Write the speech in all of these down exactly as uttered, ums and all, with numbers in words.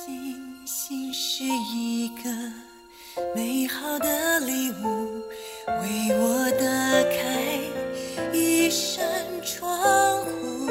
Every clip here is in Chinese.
星星是一个美好的礼物，为我打开一扇窗户，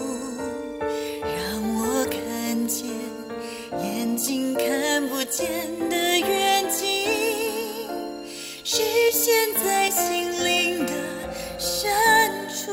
让我看见眼睛看不见的远景，实现在心灵的深处。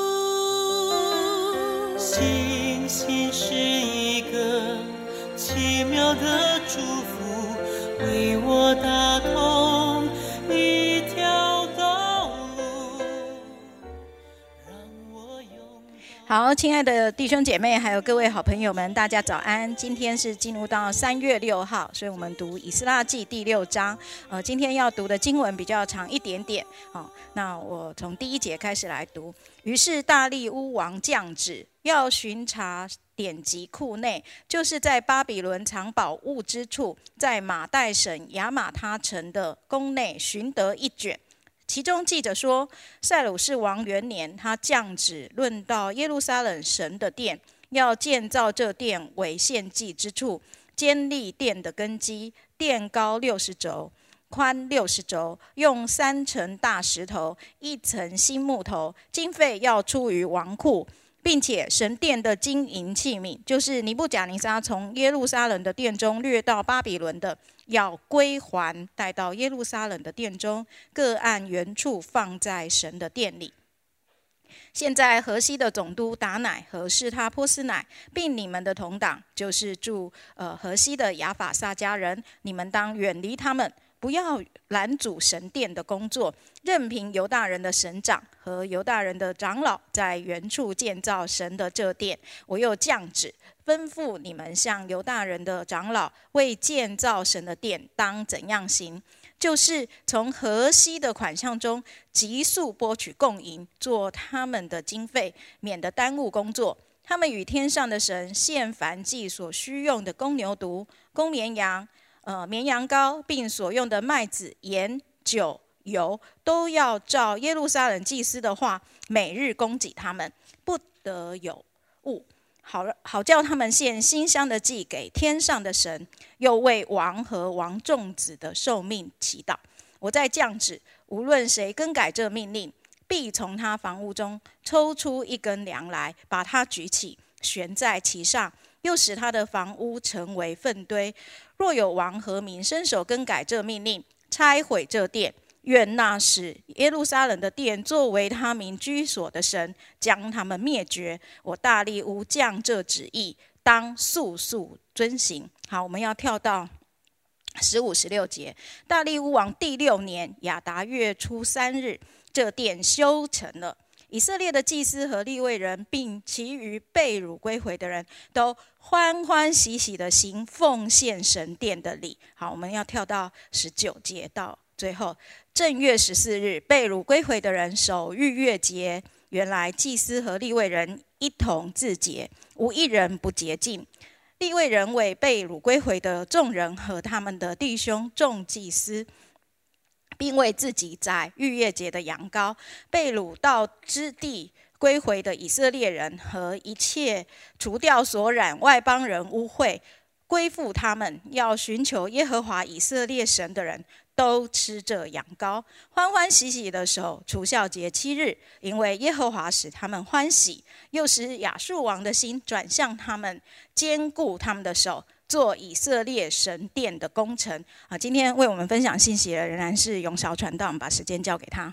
星星是一个奇妙的祝福，为我打通一条道路，让我拥好，亲爱的弟兄姐妹，还有各位好朋友们，大家早安。今天是进入到三月六号，所以我们读以斯拉记第六章。呃，今天要读的经文比较长一点点。哦，那我从第一节开始来读。于是大利乌王降旨，要巡查典籍库内，就是在巴比伦藏宝物之处，在马代省亚玛他城的宫内寻得一卷。其中记着说，塞鲁士王元年，他降旨论到耶路撒冷神的殿，要建造这殿为献祭之处，坚立殿的根基，殿高六十肘，宽六十肘，用三层大石头，一层新木头，经费要出于王库，并且神殿的金银器皿，就是尼布甲尼撒从耶路撒冷的殿中掠到巴比伦的，要归还，带到耶路撒冷的殿中，各按原处放在神的殿里。现在河西的总督达乃和示他波斯乃，并你们的同党，就是住呃河西的亚法撒家人，你们当远离他们，不要拦阻神殿的工作，任凭犹大人的省长和犹大人的长老在原处建造神的这殿。我又降旨吩咐你们向犹大人的长老为建造神的殿当怎样行，就是从河西的款项中急速拨取供银，做他们的经费，免得耽误工作。他们与天上的神献燔祭所需用的公牛犊、公绵羊、呃绵羊羔，并所用的麦子、盐、酒、油，都要照耶路撒冷祭司的话，每日供给他们，不得有误。好, 好叫他们献馨香的祭给天上的神，又为王和王众子的寿命祈祷。我在降旨，无论谁更改这命令，必从他房屋中抽出一根梁来，把它举起，悬在其上，又使他的房屋成为粪堆。若有王和民伸手更改这命令，拆毁这殿，愿那使耶路撒冷的殿作为他民居所的神将他们灭绝。我大利乌降这旨意，当速速遵行。好，我们要跳到十五、十六节。大利乌王第六年亚达月初三日，这殿修成了。以色列的祭司和利未人，并其余被掳归回的人都欢欢喜喜的行奉献神殿的礼。好，我们要跳到十九节到最后。正月十四日，被掳归回的人守逾越节。原来祭司和利未人一同自洁，无一人不洁净。利未人为被掳归回的众人和他们的弟兄众祭司，并为自己宰逾越节的羊羔。被掳到之地归回的以色列人和一切除掉所染外邦人污秽，归附他们，要寻求耶和华以色列神的人，都吃这羊羔，欢欢喜喜的守除酵节七日，因为耶和华使他们欢喜，又使亚述王的心转向他们，坚固他们的手，做以色列神殿的工程。啊，今天为我们分享信息的仍然是永韶传道，我们把时间交给他。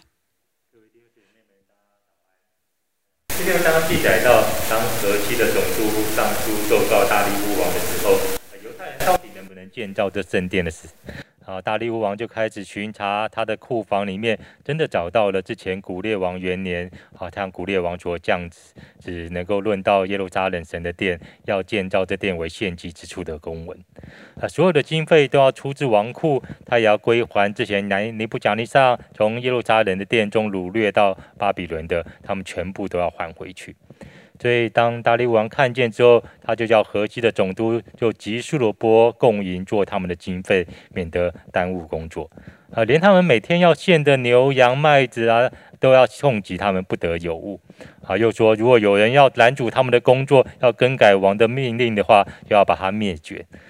第六章记载到，当河西的总督上书奏告大利乌王的时候，犹太人到底能不能建造这圣殿的事？啊，大利乌王就开始巡查他的库房里面，真的找到了之前古列王元年，好像古列王所降旨，只能够论到耶路撒冷神的殿，要建造这殿为献祭之处的公文。啊，所有的经费都要出自王库，他也要归还之前尼布甲尼撒从耶路撒冷的殿中掳掠到巴比伦的，他们全部都要还回去。所以当大利乌王看见之后，他就叫河西的总督就急速的拨供银做他们的经费，免得耽误工作。啊，连他们每天要献的牛羊麦子啊，都要供给他们，不得有误。啊，又说如果有人要拦阻他们的工作，要更改王的命令的话，就要把他灭绝。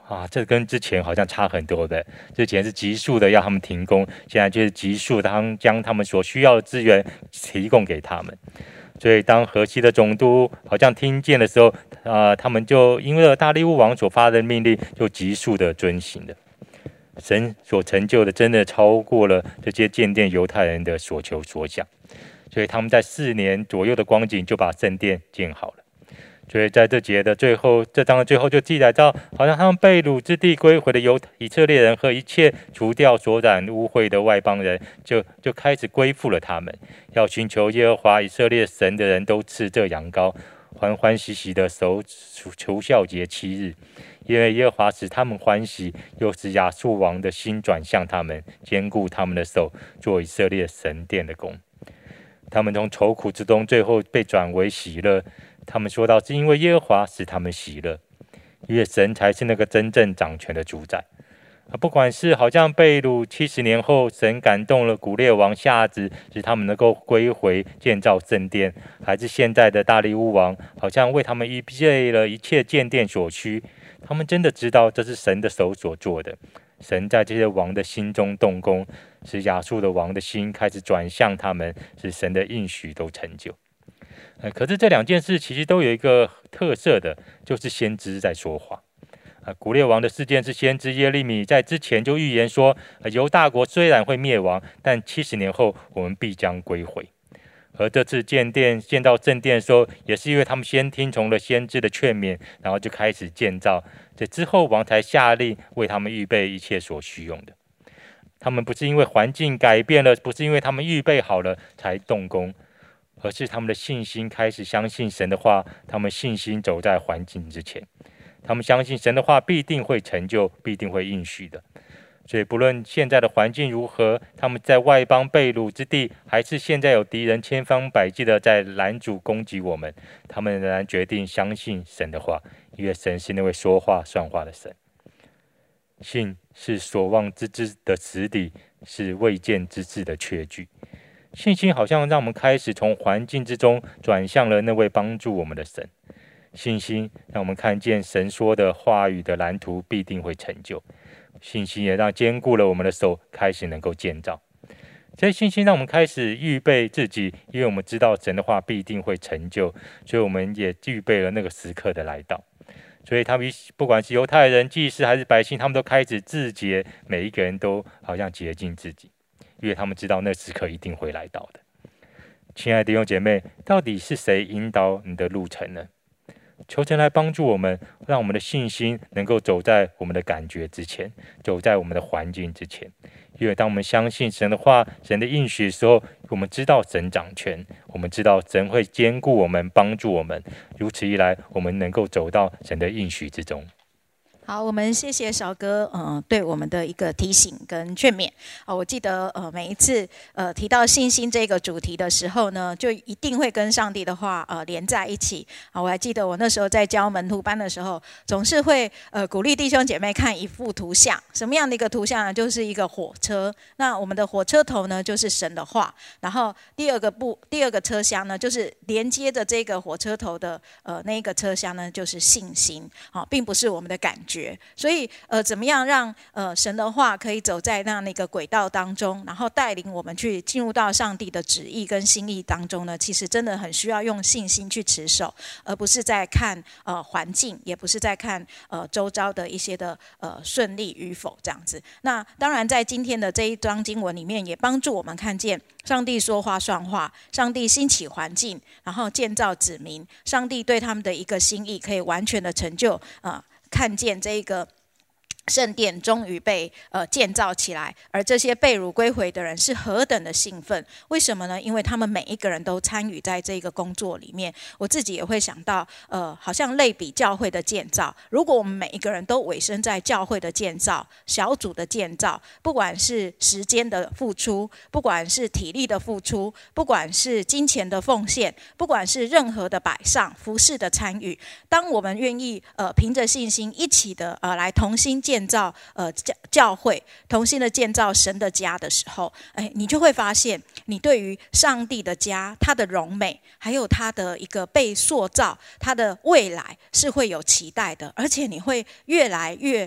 啊，这跟之前好像差很多的。之前是急速的要他们停工，现在就是急速的将他们所需要的资源提供给他们。所以当河西的总督好像听见的时候，啊、呃，他们就因为大利乌王所发的命令，就急速的遵行了。神所成就的真的超过了这些建殿犹太人的所求所想，所以他们在四年左右的光景就把圣殿建好了。所以在这节的最后，这章的最后就记载到，好像他们被掳之地归回的犹以色列人和一切除掉所染污秽的外邦人，就就开始归附了他们。要寻求耶和华以色列神的人都吃这羊羔，欢欢喜喜的守除酵节七日，因为耶和华使他们欢喜，又使亚述王的心转向他们，坚固他们的手，做以色列神殿的工。他们从愁苦之中最后被转为喜乐。他们说到，是因为耶和华使他们喜乐，因为神才是那个真正掌权的主宰。啊，不管是好像被掳七十年后，神感动了古列王夏子，使他们能够归回建造圣殿，还是现在的大利乌王，好像为他们预备了一切建殿所需。他们真的知道这是神的手所做的。神在这些王的心中动工，使亚述的王的心开始转向他们，使神的应许都成就。呃，可是这两件事其实都有一个特色的，就是先知在说话。啊，古列王的事件是先知耶利米在之前就预言说，呃、犹大国虽然会灭亡，但七十年后我们必将归回。而这次建殿建造正殿的时候，也是因为他们先听从了先知的劝勉，然后就开始建造。这之后王才下令为他们预备一切所需用的。他们不是因为环境改变了，不是因为他们预备好了才动工，而是他们的信心开始相信神的话，他们信心走在环境之前，他们相信神的话必定会成就，必定会应许的。所以不论现在的环境如何，他们在外邦被掳之地，还是现在有敌人千方百计的在拦阻攻击我们，他们仍然决定相信神的话，因为神是那位说话算话的神。信是所望之之的实底，是未见之事的确据。信心好像让我们开始从环境之中转向了那位帮助我们的神。信心让我们看见神说的话语的蓝图必定会成就。信心也让坚固了我们的手开始能够建造。这信心让我们开始预备自己，因为我们知道神的话必定会成就，所以我们也预备了那个时刻的来到。所以他们不管是犹太人、祭司还是百姓，他们都开始自洁，每一个人都好像洁净自己，因为他们知道那时刻一定会来到的。亲爱的弟兄姐妹，到底是谁引导你的路程呢？求神来帮助我们，让我们的信心能够走在我们的感觉之前，走在我们的环境之前。因为当我们相信神的话、神的应许的时候，我们知道神掌权，我们知道神会坚固我们、帮助我们。如此一来，我们能够走到神的应许之中。 好，我们谢谢小哥，呃，对我们的一个提醒跟劝勉。啊，我记得，呃，每一次呃提到信心这个主题的时候呢，就一定会跟上帝的话呃连在一起。啊，我还记得我那时候在教门徒班的时候，总是会呃鼓励弟兄姐妹看一幅图像，什么样的一个图像呢？就是一个火车。那我们的火车头呢，就是神的话。然后第二个部第二个车厢呢，就是连接着这个火车头的呃那一个车厢呢，就是信心。好，并不是我们的感觉。所以，呃，怎么样让呃神的话可以走在那样的一个轨道当中，然后带领我们去进入到上帝的旨意跟心意当中呢？其实真的很需要用信心去持守，而不是在看呃环境，也不是在看呃周遭的一些的呃顺利与否这样子。那当然，在今天的这一章经文里面，也帮助我们看见上帝说话算话，上帝兴起环境，然后建造子民，上帝对他们的一个心意可以完全的成就啊。呃看见这个圣殿终于被呃建造起来，而这些被掳归回的人是何等的兴奋？为什么呢？因为他们每一个人都参与在这个工作里面。我自己也会想到，呃，好像类比教会的建造。如果我们每一个人都委身在教会的建造、小组的建造，不管是时间的付出，不管是体力的付出，不管是金钱的奉献，不管是任何的摆上、服事的参与，当我们愿意呃凭着信心一起的呃来同心建。建造呃教教会，同心的建造神的家的时候，哎，你就会发现，你对于上帝的家、它的荣美，还有它的一个被塑造、它的未来是会有期待的，而且你会越来越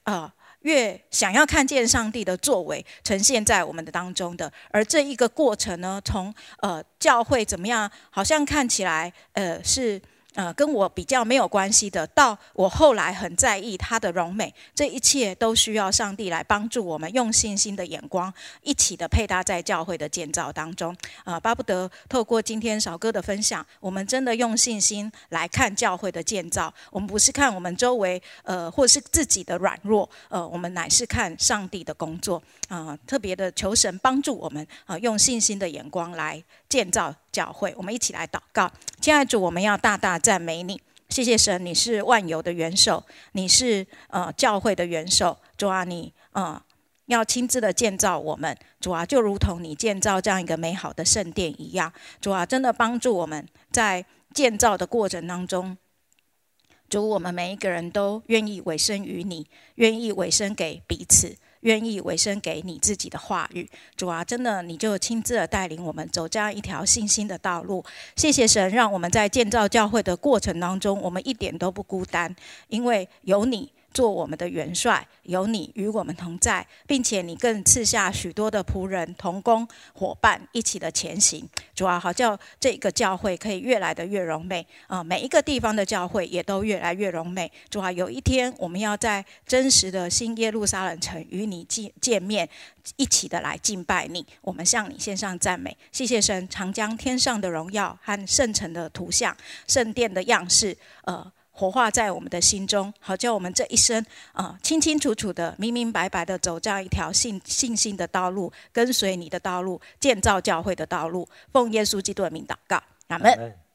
呃越想要看见上帝的作为呈现在我们的当中的。而这一个过程呢，从呃教会怎么样，好像看起来呃是呃跟我比较没有关系的，到我后来很在意它的荣美，这一切都需要上帝来帮助我们，用信心的眼光一起的配搭在教会的建造当中。呃，巴不得透过今天少哥的分享，我们真的用信心来看教会的建造。我们不是看我们周围呃或是自己的软弱，呃，我们乃是看上帝的工作。呃，特别的求神帮助我们，呃，用信心的眼光来建造教会。我们一起来祷告。亲爱的主，我们要大大赞美你，谢谢神，你是万有的元首，你是呃教会的元首。主啊，你呃要亲自的建造我们，主啊，就如同你建造这样一个美好的圣殿一样。主啊，真的帮助我们在建造的过程当中，主，我们每一个人都愿意委身于你，愿意委身给彼此，愿意委身给你自己的话语。主啊，真的你就亲自的带领我们走这样一条信心的道路。谢谢神，让我们在建造教会的过程当中，我们一点都不孤单，因为有你做我们的元帅，有你与我们同在，并且你更赐下许多的仆人、同工、伙伴一起的前行。主啊，好叫这个教会可以越来的越荣美，呃，每一个地方的教会也都越来越荣美。主啊，有一天我们要在真实的新耶路撒冷城与你见面，一起的来敬拜你，我们向你献上赞美。谢谢神，常将天上的荣耀和圣城的图像、圣殿的样式，呃。活化在我们的心中，好叫我们这一生啊、呃，清清楚楚的、明明白白的走这样一条信信心的道路，跟随你的道路，建造教会的道路。奉耶稣基督的名祷告，阿们。